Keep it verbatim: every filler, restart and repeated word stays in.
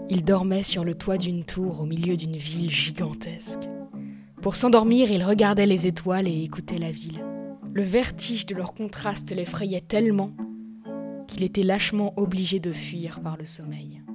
Il dormait sur le toit d'une tour au milieu d'une ville gigantesque. Pour s'endormir, il regardait les étoiles et écoutait la ville. Le vertige de leur contraste l'effrayait tellement qu'il était lâchement obligé de fuir par le sommeil.